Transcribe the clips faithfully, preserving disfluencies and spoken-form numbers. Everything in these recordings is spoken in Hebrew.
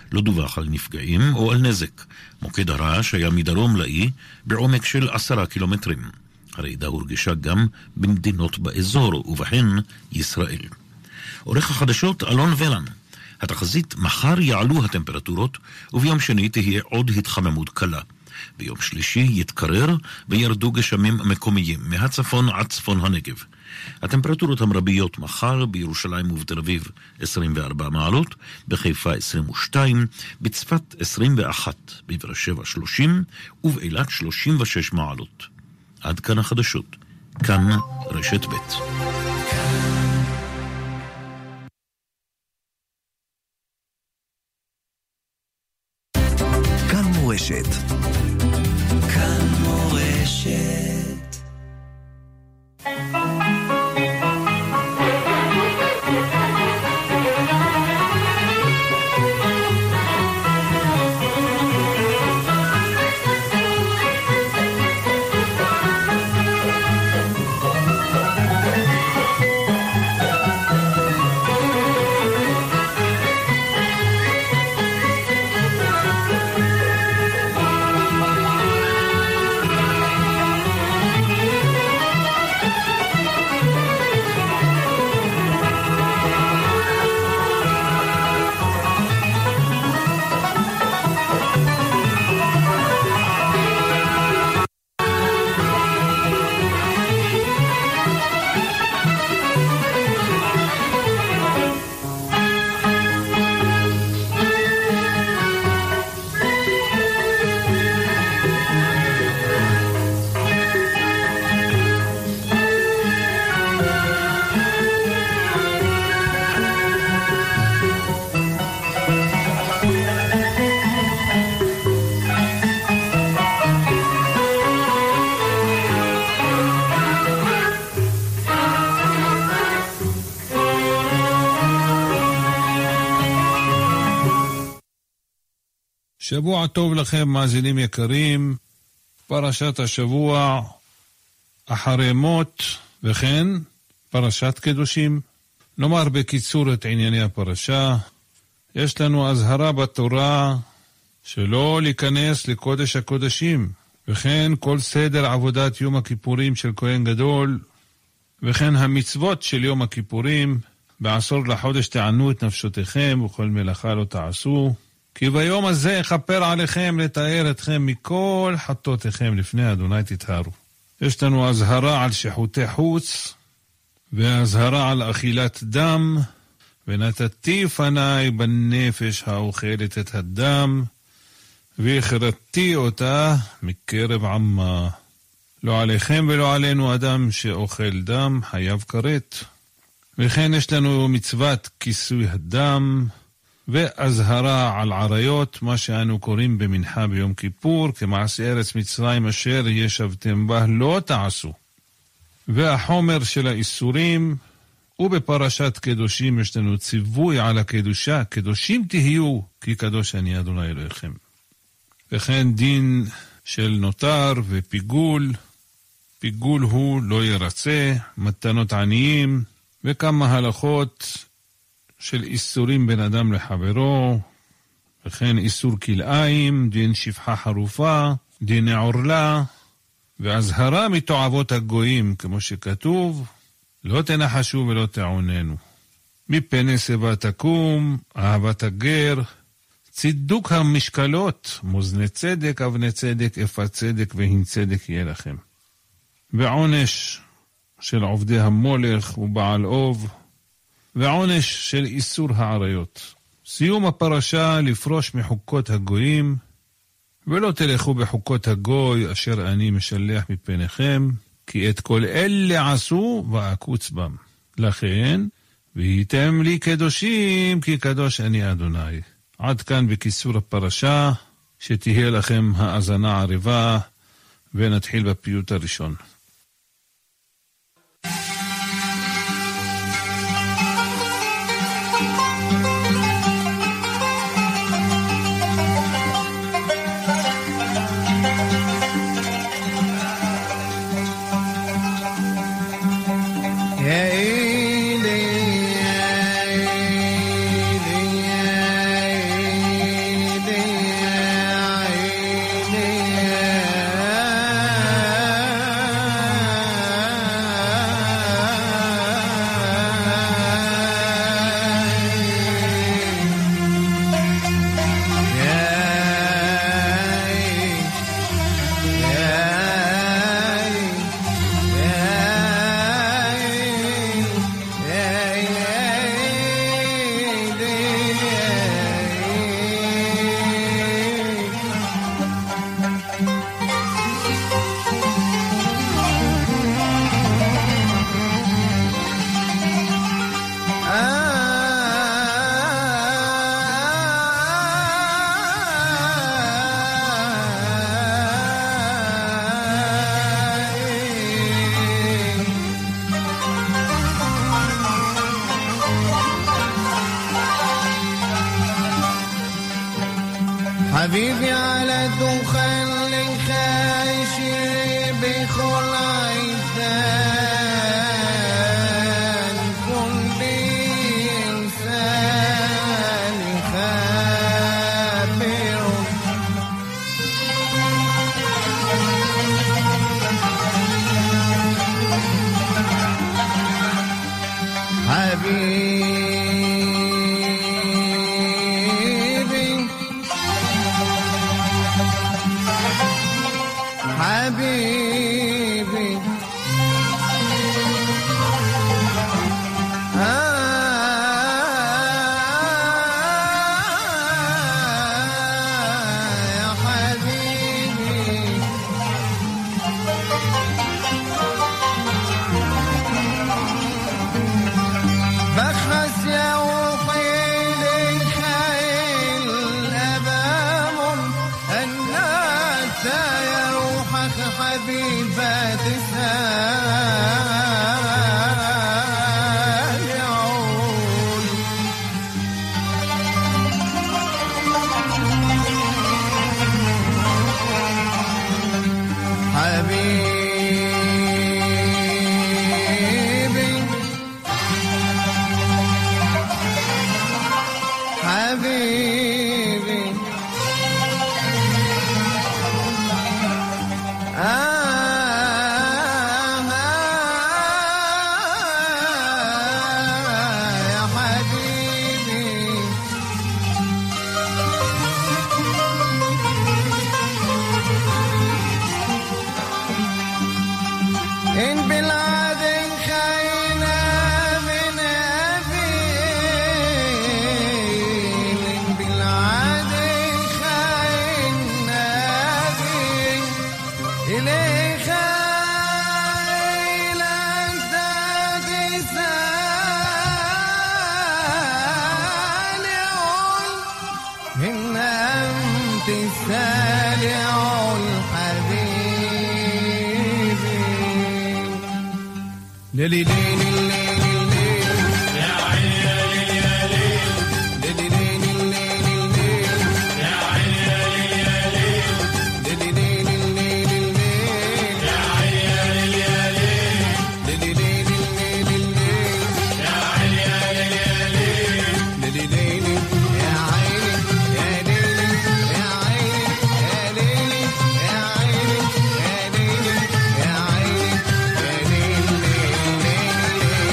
לא דווח על נפגעים או על נזק. מוקד הרעש היה מדרום לאי בעומק של עשרה קילומטרים. הרעידה הורגשה גם במדינות באזור, ובהן ישראל. עורך החדשות אלון ולן. התחזית: מחר יעלו הטמפרטורות, וביום שני תהיה עוד התחממות קלה. ביום שלישי יתקרר וירדו גשמים מקומיים מהצפון עד צפון הנגב. הטמפרטורות המרביות מחר: בירושלים ובתל אביב עשרים וארבע מעלות, בחיפה עשרים ושתיים, בצפת עשרים ואחת, בבאר שבע שלושים ובאילת שלושים ושש מעלות. עד כאן החדשות. כאן רשת ב'. כאן מורשת. כאן מורשת. שבוע טוב לכם מאזינים יקרים. פרשת השבוע אחרי מות, וכן פרשת קדושים. נאמר בקיצור את ענייני הפרשה. יש לנו הזהרה בתורה שלא להיכנס לקודש הקודשים, וכן כל סדר עבודת יום הכיפורים של כהן גדול, וכן המצוות של יום הכיפורים. בעשור לחודש תענו את נפשותיכם וכל מלאכה לא תעשו, כי ביום הזה אכפר עליכם לתאר אתכם מכל חטאותיכם לפני אדוני תטהרו. יש לנו הזהרה על שחוטי חוץ, והזהרה על אכילת דם, ונתתי פניי בנפש האוכלת את הדם, והכרתי אותה מקרב עמה. לא עליכם ולא עלינו אדם שאוכל דם חייב כרת. וכן יש לנו מצוות כיסוי הדם, והזהרה על עריות, מה שאנו קוראים במנחה ביום כיפור, כמעשה ארץ מצרים אשר ישבתם בה לא תעשו. והחומר של האיסורים, ובפרשת קדושים יש לנו ציווי על הקדושה, קדושים תהיו, כי קדוש אני אדוני אלוהיכם. וכן דין של נותר ופיגול, פיגול הוא לא ירצה, מתנות עניים, וכמה הלכות של איסורים בין אדם לחברו, וכן איסור כלאיים, דין שפחה חרופה, דין עורלה, והזהרה מתועבות הגויים, כמו שכתוב, לא תנחשו ולא תעוננו. מפני שיבה תקום, אהבת הגר, צידוק המשקלות, מוזני צדק, אבני צדק, איפה צדק והין צדק יהיה לכם. ועונש של עובדי המולך ובעל אוב, ועונש של איסור העריות. סיום הפרשה: לפרוש מחוקות הגויים, ולא תלכו בחוקות הגוי אשר אני משלח מפניכם, כי את כל אלה עשו ואקוץ בם. לכן, והייתם לי קדושים, כי קדוש אני אדוני. עד כאן בקיצור הפרשה, שתהיה לכם האזנה עריבה, ונתחיל בפיוט הראשון. Hey, حبيبي على الدخان لنخاشي بكل عيدان كل إنسان خابر حبيبي حبيبي حبيبات سالعون حبيبي حبيبي إن بلاد خينا من أبين إن بلاد خينا أبين إليك لن تتسالعون إن أنت سالع الحبيب ليلي ليلي ليلي يا عيني يا ليل يا ليل ليلي ليلي ليلي يا عيني يا ليل يا ليل ليلي ليلي ليلي يا عيني يا ليل يا ليل ليلي ليلي ليلي يا عيني يا ليل يا ليل ليلي ليلي يا عيني يا ليل يا عيني يا ليل يا عيني يا ليل يا عيني يا ليل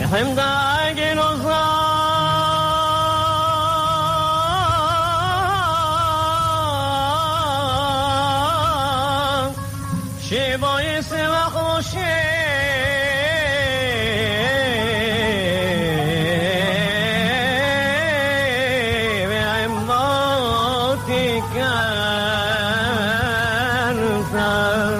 حمدا جنوزا شبای سوا خوشه به امواتی کنسر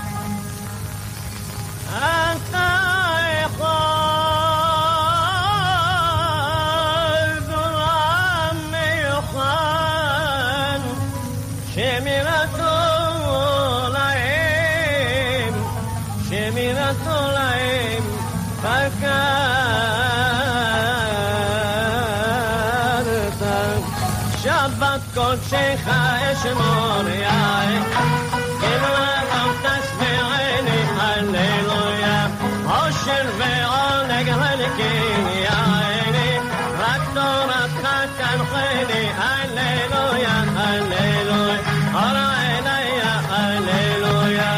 شبت کن شیخه اشمار یای گلوان تسبیعینی هلیلویا عاشر و آنگ هلکی یاینی رکتورت خکن خیلی هلیلویا هلیلویا آرائنیا هلیلویا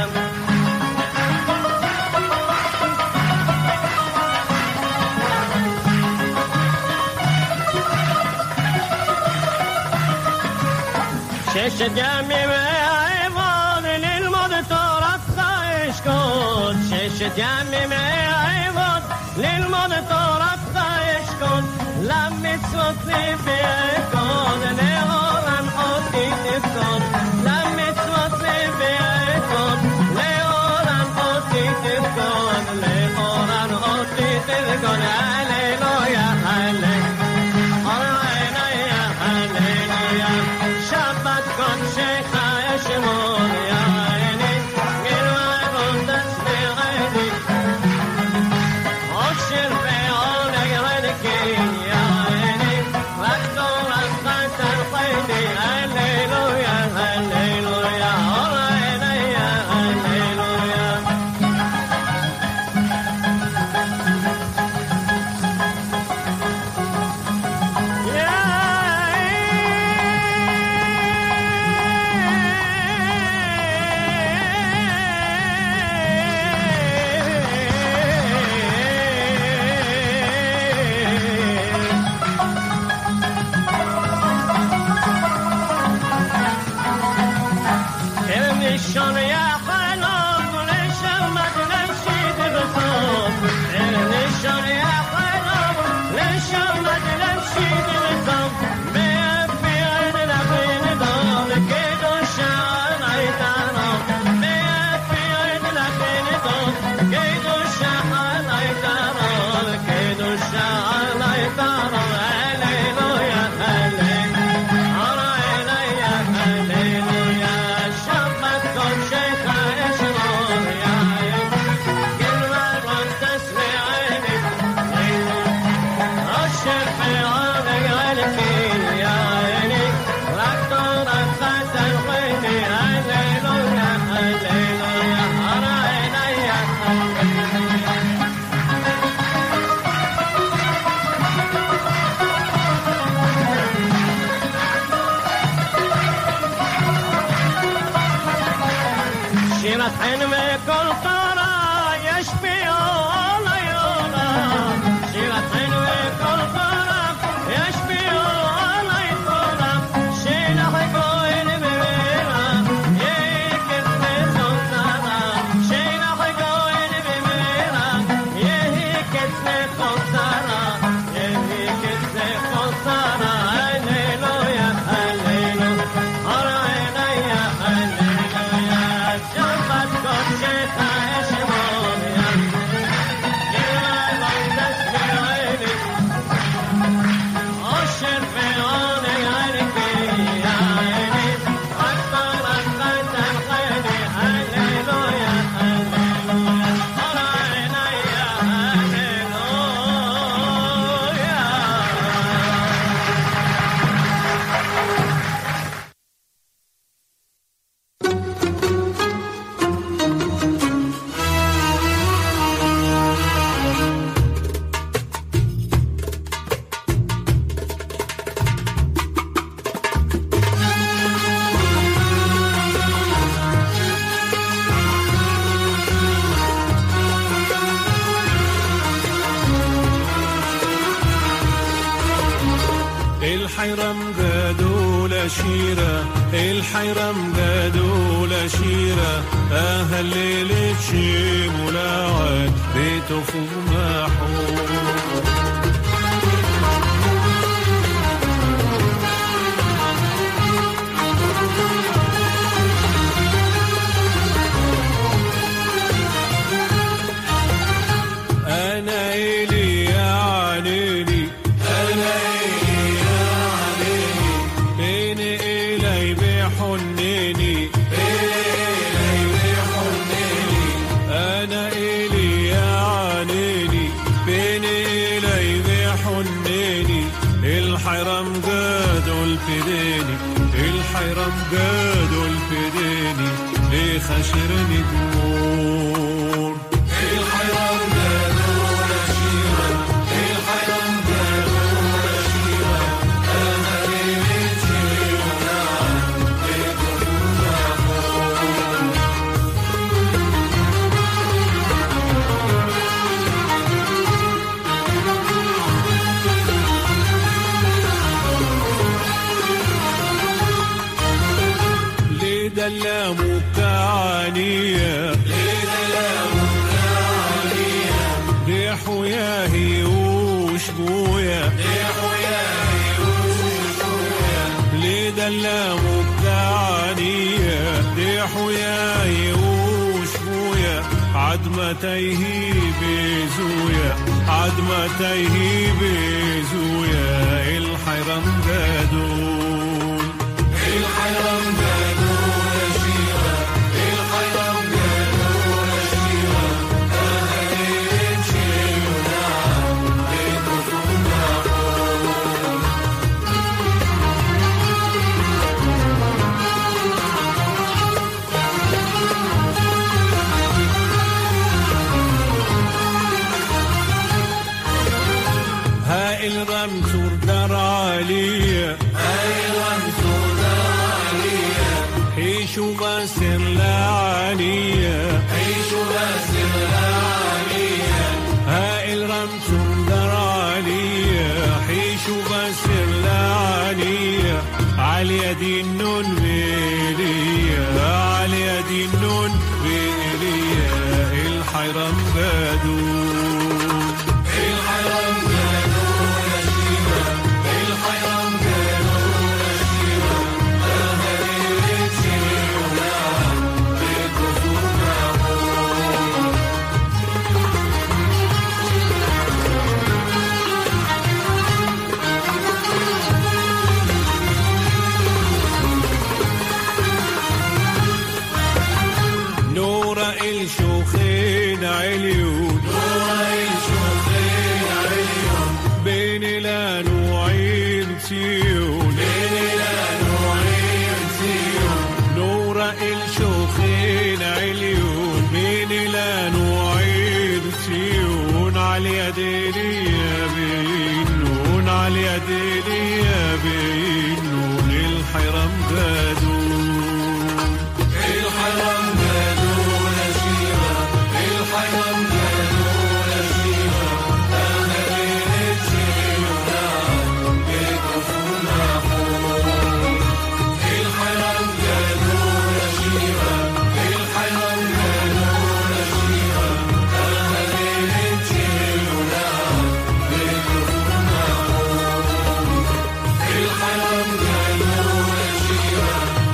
شش جمعی به ایوان للمد تورت خواهش کن شش جمعی به ایوان للمد تورت خواهش کن لمی سوطی بیکن لیورن آتیت کن لمی سوطی بیکن لیورن آتیت کن لیورن آتیت کن هلیلویا هلیلویا هلیلویا شبت کن شیخه اشمون یعنی گلوان تسبیعینی عاشر به آنگ هلکی یعنی رکتورت خکن خیلی هلیلویا هلیلویا آرائنیا هلیلویا النشان يا حلال لشمت لمشيت بصوت النشان يا حلال لشمت لمشيت بصوت بيبي عين لبين دول كيدو شعر عيتانا بيبي عين لبين دول كيدو شعر عيتانا كيدو شعر عيتانا هللويا هللويا آرائنيا هللويا شبت کن شیخه اشمون یای گلوان تسبیعینی عاشر به آنگ هلکی یعنی رکتورت خکن خیلی هلیلویا هلیلویا آرائنیا هلیلویا شيرت حنمي كل طرى يشفي الله يولا شيرت حنمي كل طرى يشفي الله يطولا شينا حكوين بميرا يهيك سنخلصارا شينا حكوين بميرا يهيك سنخلصارا يهيك سنخلصارا هللويا هللويا آرائنيا هللويا شبت کن شیخه الحيرم قادوا لشيرة الحيرم قادوا لشيرة أهل الليل تشيم ولاعد بيته فوق محور أنا إلي يا عنيني أنا إلي يا عنيني بين إلي بحنيني بين إلي بحنيني أنا إلي يا عنيني بين إلي بحنيني الحيرم قادوا الفديني الحيرم قادوا الفديني ليه خشرني دمور الحيرم دلامك عنية دلامك عنية ريح وياهي وشبويا ريح وياهي وشبويا ليه دلامك عنية ريح وياهي وشبويا عد ما تيهي بزويا عد ما تيهي بزويا الحيرم قادون الحيرم قادون الرمسور در عالية هاي الرمسور در عالية حيشو باسر لعالية حيشو باسر لعالية هاي الرمسور در عالية حيشو باسر لعالية عالية دي النون بيلية عالية دي النون بيلية الحيرم قادون الحيرم الشوخين عليون نور الشوخين عليون بين الانواعين سيون بين الانواعين سيون نور الشوخين عليون بين الانواعين سيون على يديني يا بينون على يديني يا بينون الحيرم قادون الحيرم الحيرم قالوا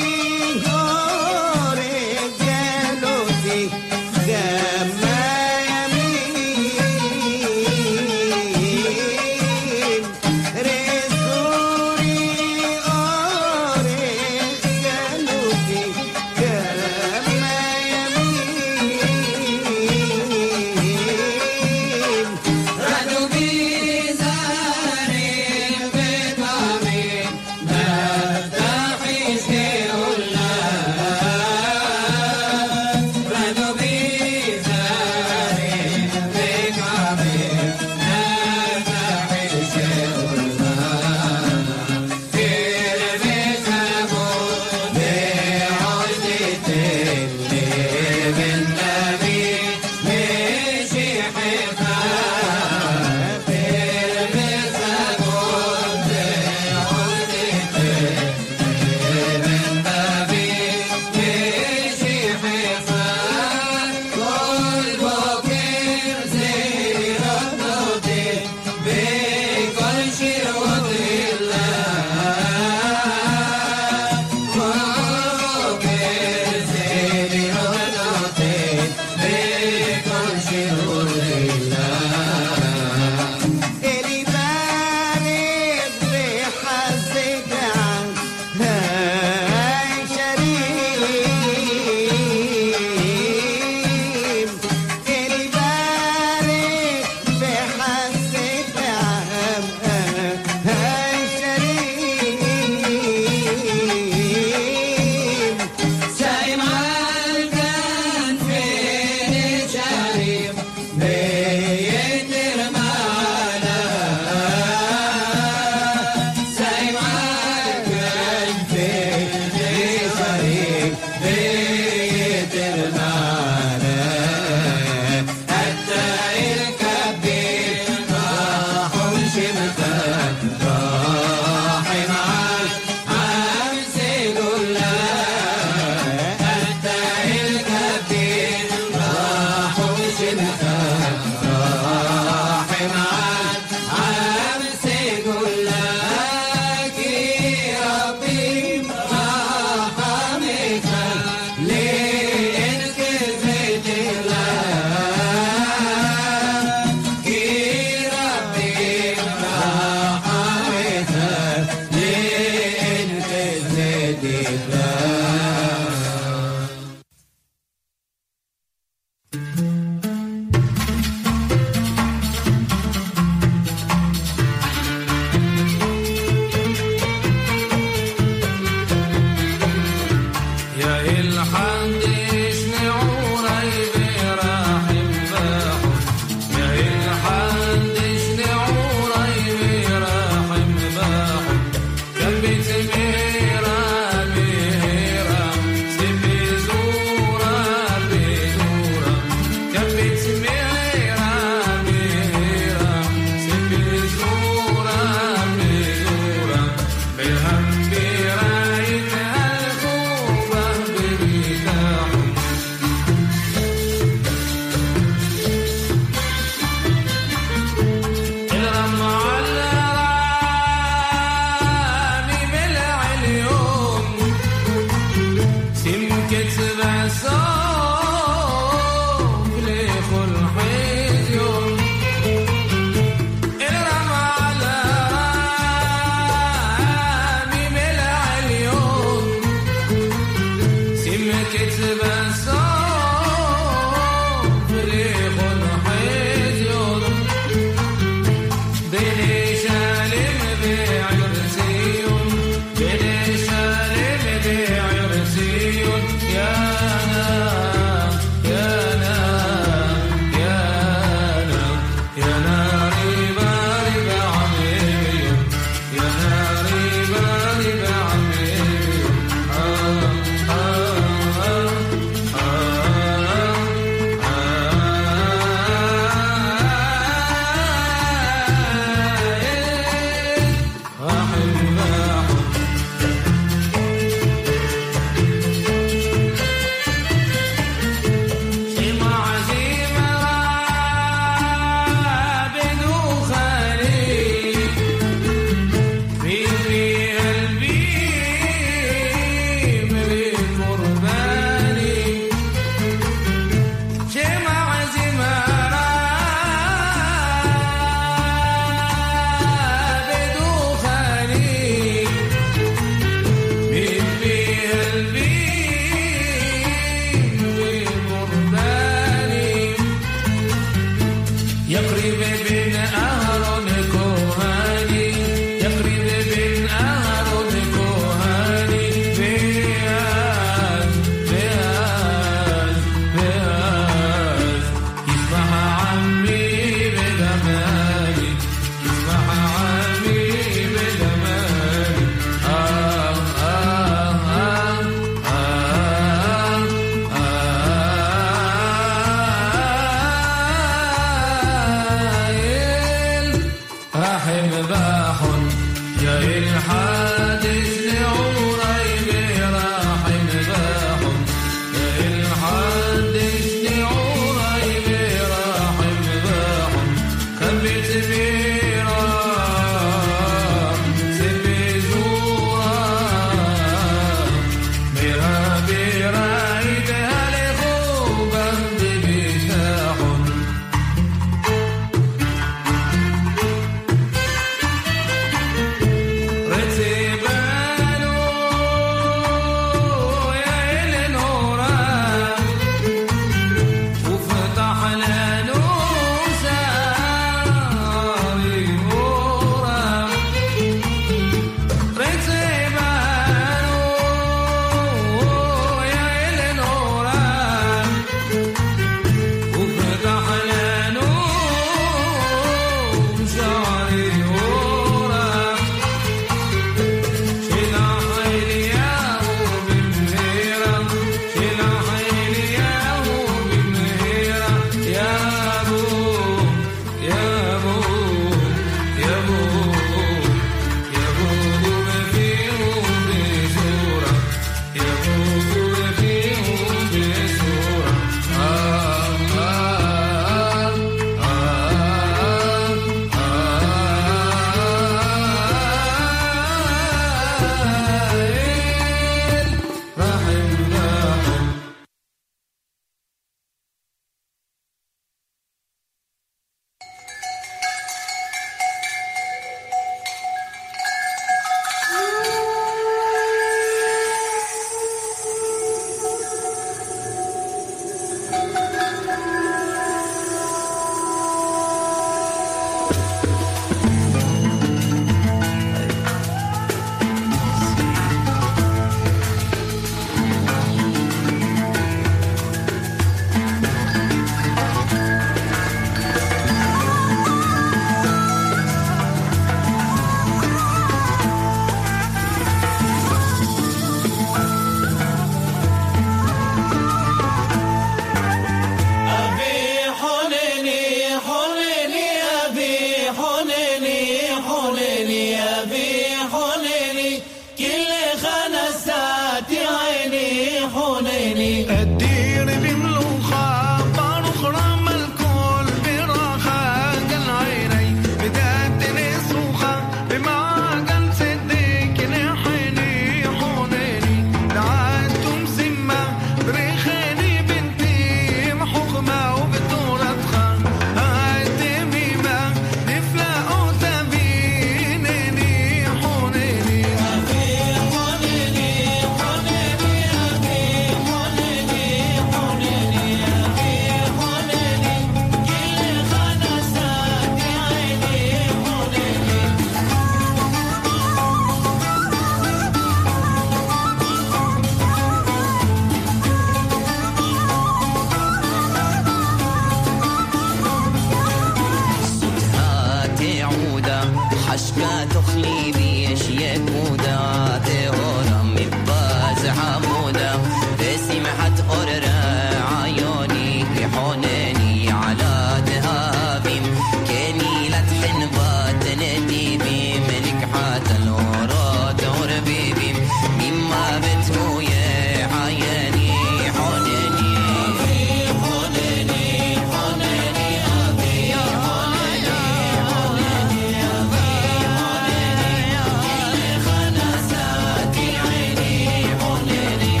على ذهابي كني لا تحنبات نديبي ملك حات الوراد وربيبي مما بتهو يا عيني حنني حنني حنني أبي حنني حنني أبي حنني خنسات عيني حنني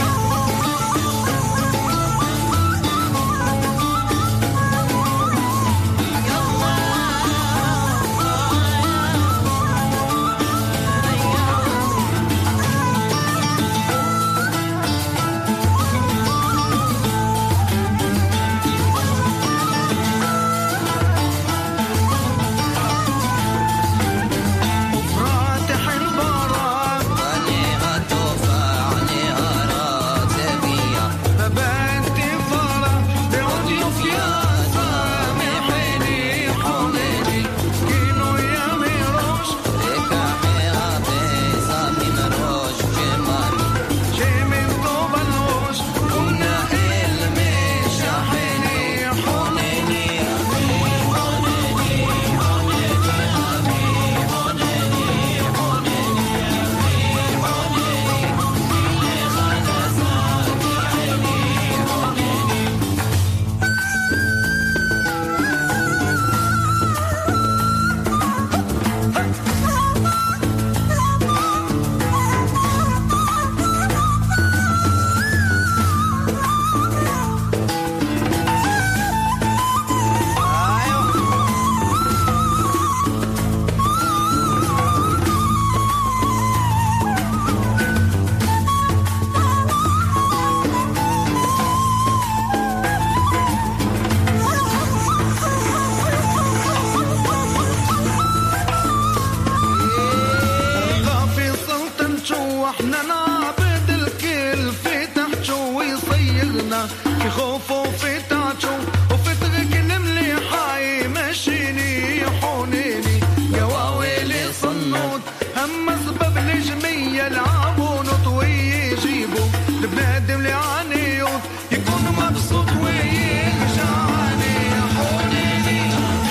فاتح البراق عنيها توفى عنيها راتبية فبنتي فرح بأضيوف يا سامحيني حنيني كينو يا ميروش ركاحيها بيصافي مروش جمامي شي من طوب الوش كنا المش حيني حنيني في سلطن شو احنا نعبد الكل في تحت شو يصيغنا في خوف وفي تعشو وفي تغك مليحة مشيني حنيني يا واويلي صنوت هم سبب الجمية العبون ويجيبوا البنادم اللي عنيوت يكون مبسوط ويرجعني حنيني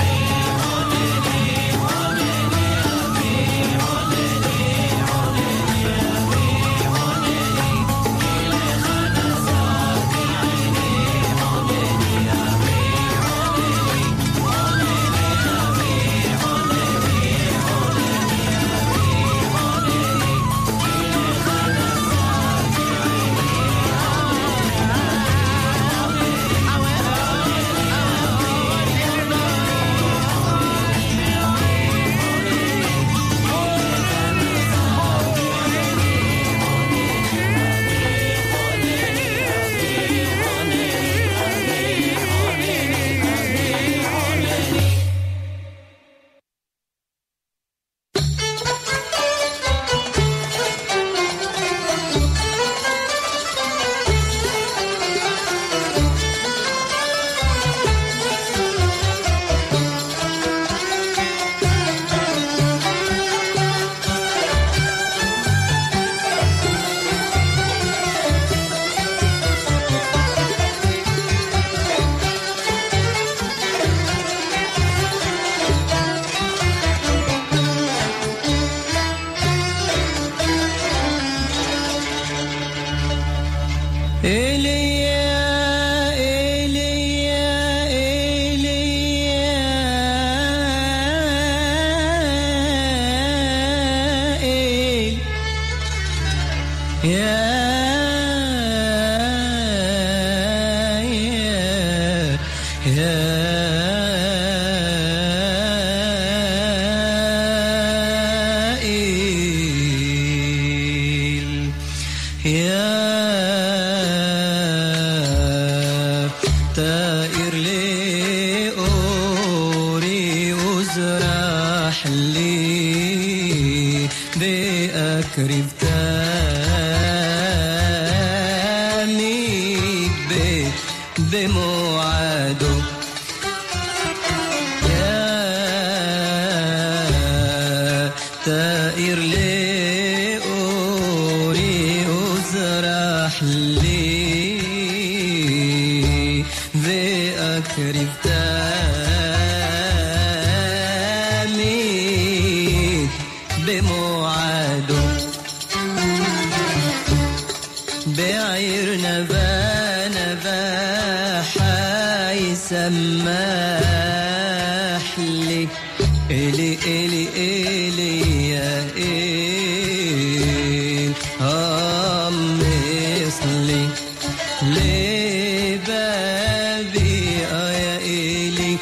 بأكرم تانيك بموعده يا تائر لي أوري أزرح لي بأكرم تامين بموعده بعير نبا نبا حيسمح لي إلي إلي إلي يا إيه هم مصلي لبابي يا إلي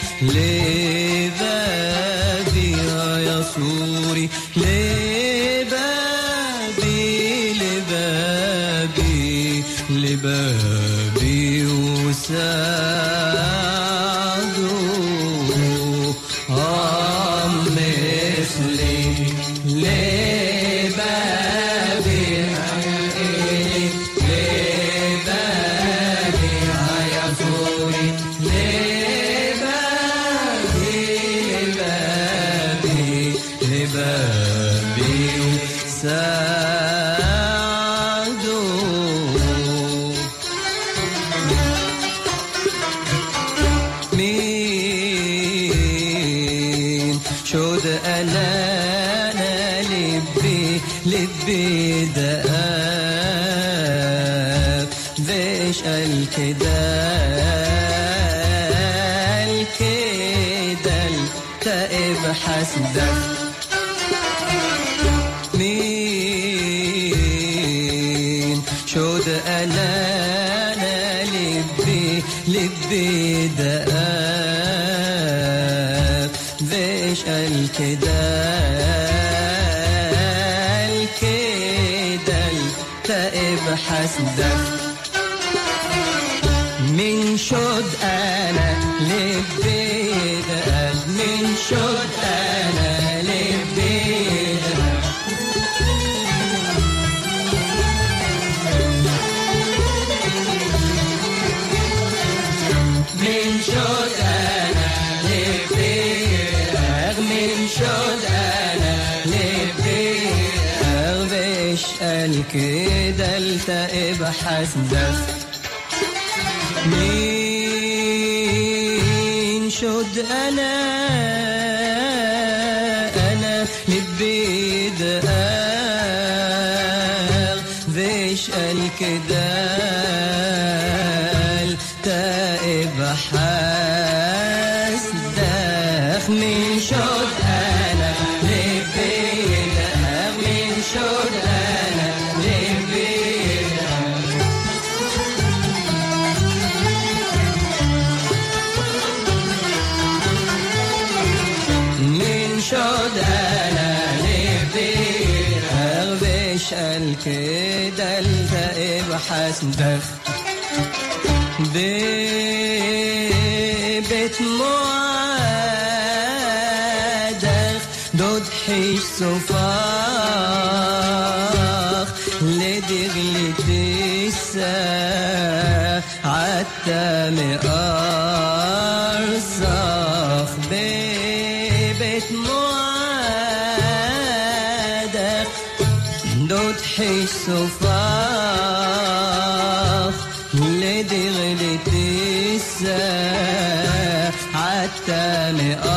لبابي يا سوري لبابي لبابي لبابي وسعدو هم مثلي لبابي لبابي يا سوري لبابي لبابي لبابي وسعدو مين شود أنا أنا لبي لبي دقاق فيش الكدا الكدا التائب حسدك مين شود أنا أنا لبي لبي دقاق فيش الكدا الكدا التائب حسدك من شد أنا لبي دقاق من شد أنا لبي دقاق من شد أنا لبيك من شد أنا لبيك بيش الكدا التائب حسدك من شد أنا أنا لبيد بيش الكدا التائب حسدك من شد أنا لبيد من شد أنا لبيد من شد أنا لبيد بيش الكدا التائب حسدك ببيت معادك دود حيش صفاخ لدغلت الساح عالتام أرصاخ ببيت معادك دود حيش صفاخ لدغلت الساح عالتام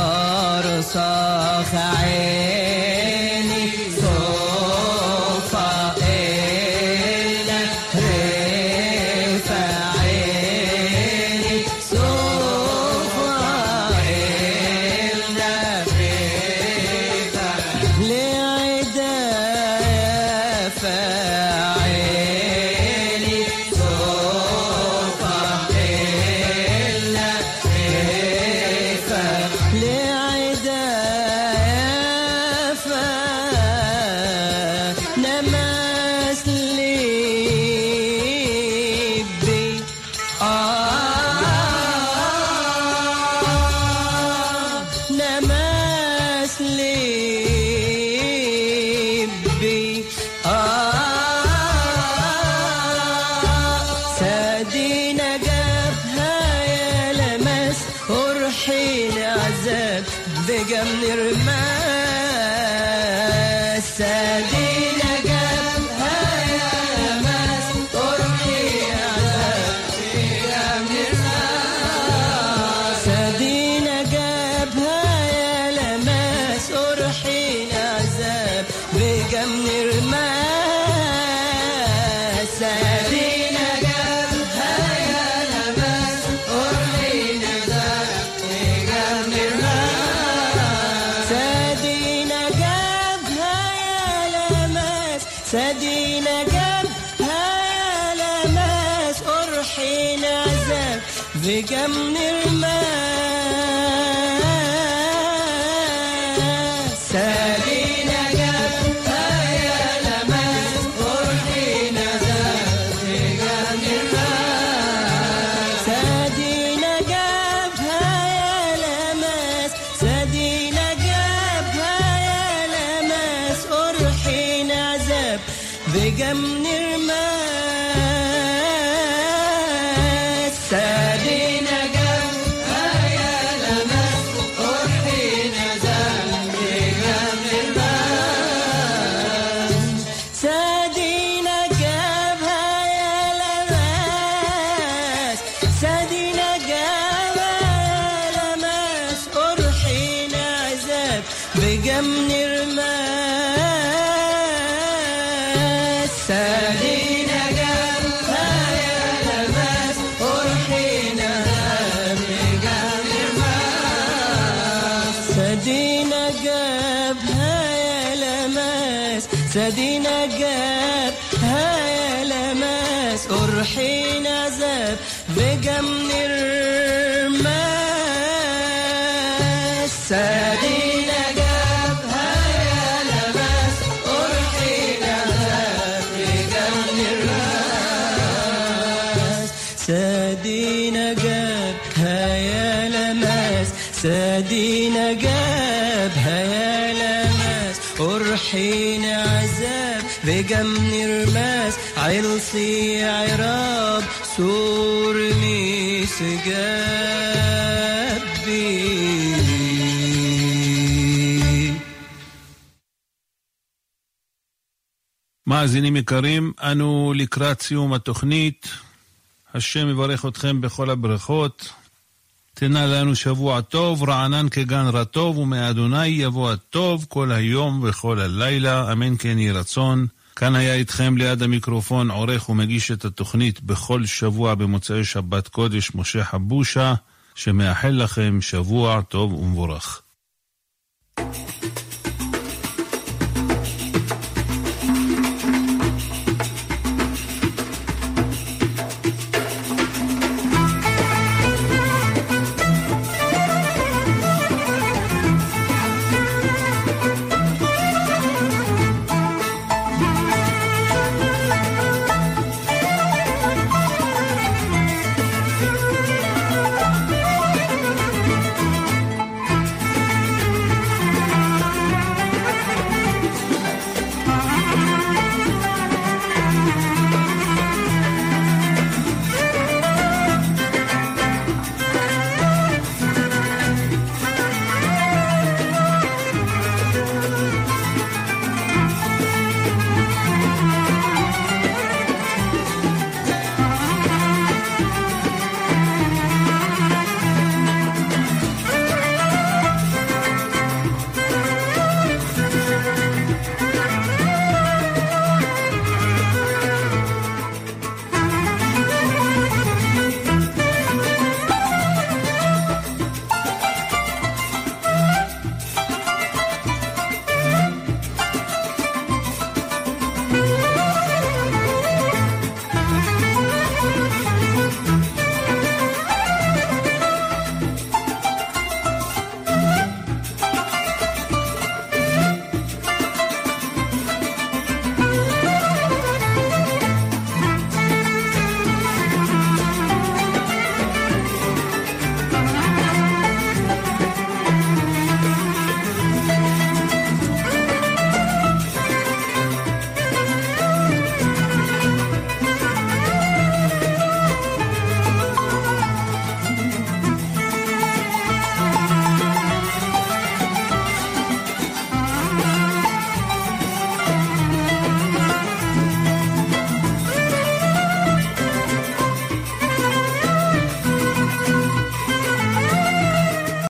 أرصاخ عيني صوفا إلا رفع عيني صوفا إلا رفع لعدا فعيني صوفا إلا رفع لعدا نمس لبي آه نمس لبي آه سادينا جابها يا لمس أرحيل عذاب بقى من رماس سادينا جابها يا لمس أرحيل عذاب بقى من رماس וגם נרמס. סעדי נגב היה למס אורחי נזל וגם נרמס. סעדי נגב היה למס, סעדי נגב היה למס אורחי נזל וגם נרמס. סעדי נגב היה למס אורחי נזל וגם נרמס. סעדי נגב היה למס, סעדי נגב היה למס אורחי נזל וגם נרמס. סעדי נגב היה למס אורחי נזל וגם נרמס. סעדי נגב היה למס, סעדי נגב היה למס אורחי נזל וגם נרמס. عرسي عراب سور مسجبي. מאזינים יקרים, אנו לקראת סיום התוכנית. השם יברך אתכם בכל הברכות. תנה לנו שבוע טוב, רענן כגן רטוב, ומאדוני יבוא הטוב כל היום וכל הלילה, אמן כן יהי רצון. כאן היה איתכם ליד המיקרופון עורך ומגיש את התוכנית בכל שבוע במוצאי שבת קודש משה חבושה, שמאחל לכם שבוע טוב ומבורך.